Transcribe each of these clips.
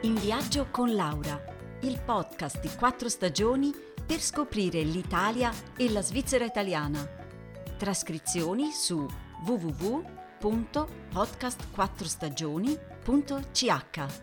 In viaggio con Laura, il podcast di 4 stagioni per scoprire l'Italia e la Svizzera italiana. Trascrizioni su www.podcast4stagioni.ch.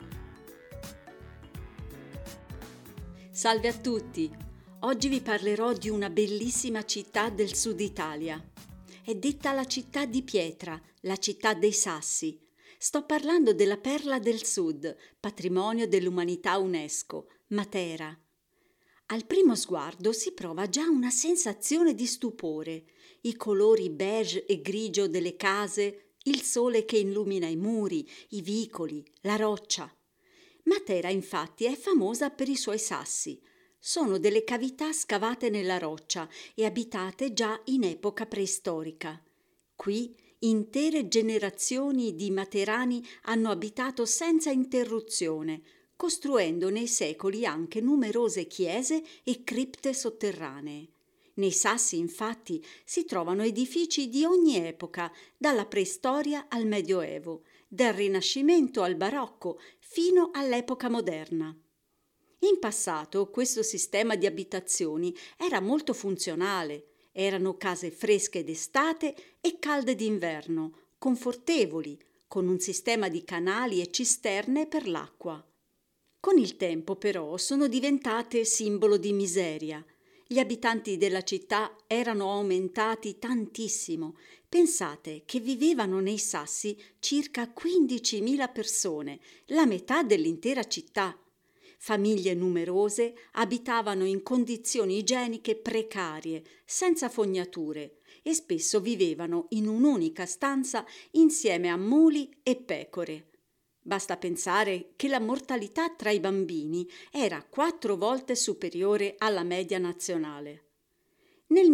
Salve a tutti! Oggi vi parlerò di una bellissima città del sud Italia. È detta la città di pietra, la città dei Sassi. Sto parlando della perla del sud, patrimonio dell'umanità UNESCO, Matera. Al primo sguardo si prova già una sensazione di stupore. I colori beige e grigio delle case, il sole che illumina i muri, i vicoli, la roccia. Matera infatti è famosa per i suoi sassi. Sono delle cavità scavate nella roccia e abitate già in epoca preistorica. Qui intere generazioni di materani hanno abitato senza interruzione, costruendo nei secoli anche numerose chiese e cripte sotterranee. Nei Sassi, infatti, si trovano edifici di ogni epoca, dalla preistoria al Medioevo, dal Rinascimento al Barocco, fino all'epoca moderna. In passato questo sistema di abitazioni era molto funzionale. Erano case fresche d'estate e calde d'inverno, confortevoli, con un sistema di canali e cisterne per l'acqua. Con il tempo, però, sono diventate simbolo di miseria. Gli abitanti della città erano aumentati tantissimo. Pensate che vivevano nei Sassi circa 15.000 persone, la metà dell'intera città. Famiglie numerose abitavano in condizioni igieniche precarie, senza fognature, e spesso vivevano in un'unica stanza insieme a muli e pecore. Basta pensare che la mortalità tra i bambini era 4 volte superiore alla media nazionale. Nel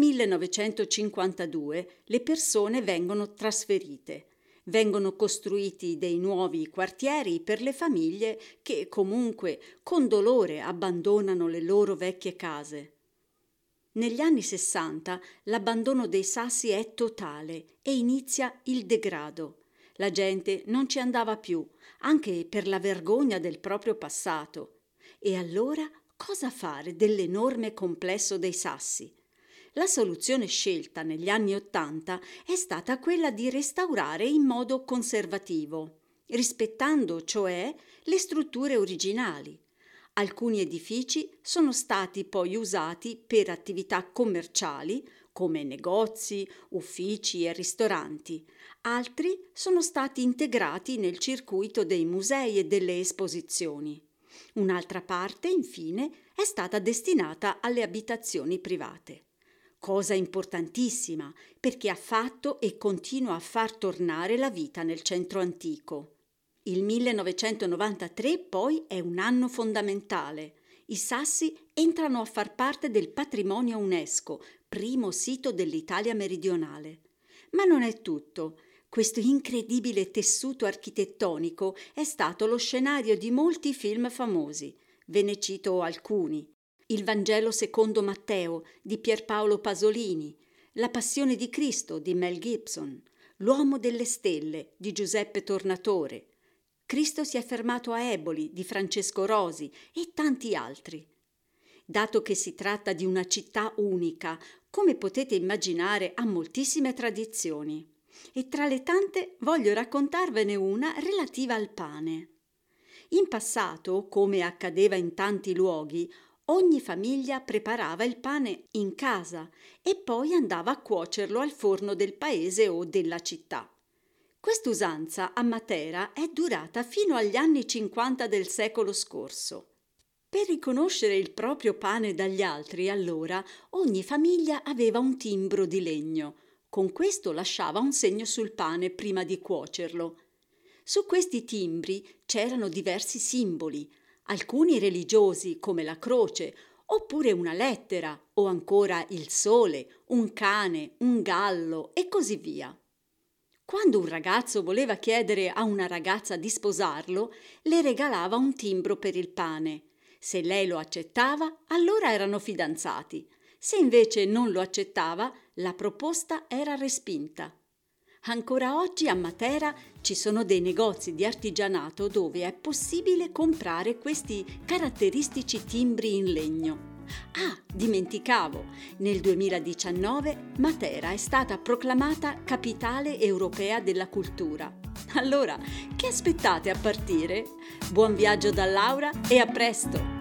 1952 le persone vengono trasferite. Vengono costruiti dei nuovi quartieri per le famiglie che comunque con dolore abbandonano le loro vecchie case. Negli anni 60 l'abbandono dei Sassi è totale e inizia il degrado. La gente non ci andava più, anche per la vergogna del proprio passato. E allora cosa fare dell'enorme complesso dei Sassi? La soluzione scelta negli anni '80 è stata quella di restaurare in modo conservativo, rispettando cioè le strutture originali. Alcuni edifici sono stati poi usati per attività commerciali, come negozi, uffici e ristoranti. Altri sono stati integrati nel circuito dei musei e delle esposizioni. Un'altra parte, infine, è stata destinata alle abitazioni private. Cosa importantissima, perché ha fatto e continua a far tornare la vita nel centro antico. Il 1993 poi è un anno fondamentale. I Sassi entrano a far parte del patrimonio UNESCO, primo sito dell'Italia meridionale. Ma non è tutto. Questo incredibile tessuto architettonico è stato lo scenario di molti film famosi. Ve ne cito alcuni. Il Vangelo secondo Matteo di Pierpaolo Pasolini, La Passione di Cristo di Mel Gibson, L'Uomo delle Stelle di Giuseppe Tornatore, Cristo si è fermato a Eboli di Francesco Rosi e tanti altri. Dato che si tratta di una città unica, come potete immaginare, ha moltissime tradizioni. E tra le tante voglio raccontarvene una relativa al pane. In passato, come accadeva in tanti luoghi, ogni famiglia preparava il pane in casa e poi andava a cuocerlo al forno del paese o della città. Quest'usanza a Matera è durata fino agli anni 50 del secolo scorso. Per riconoscere il proprio pane dagli altri, allora, ogni famiglia aveva un timbro di legno. Con questo lasciava un segno sul pane prima di cuocerlo. Su questi timbri c'erano diversi simboli, alcuni religiosi come la croce, oppure una lettera, o ancora il sole, un cane, un gallo e così via. Quando un ragazzo voleva chiedere a una ragazza di sposarlo, le regalava un timbro per il pane. Se lei lo accettava, allora erano fidanzati. Se invece non lo accettava, la proposta era respinta. Ancora oggi a Matera ci sono dei negozi di artigianato dove è possibile comprare questi caratteristici timbri in legno. Ah, dimenticavo, nel 2019 Matera è stata proclamata Capitale Europea della Cultura. Allora, che aspettate a partire? Buon viaggio da Laura e a presto!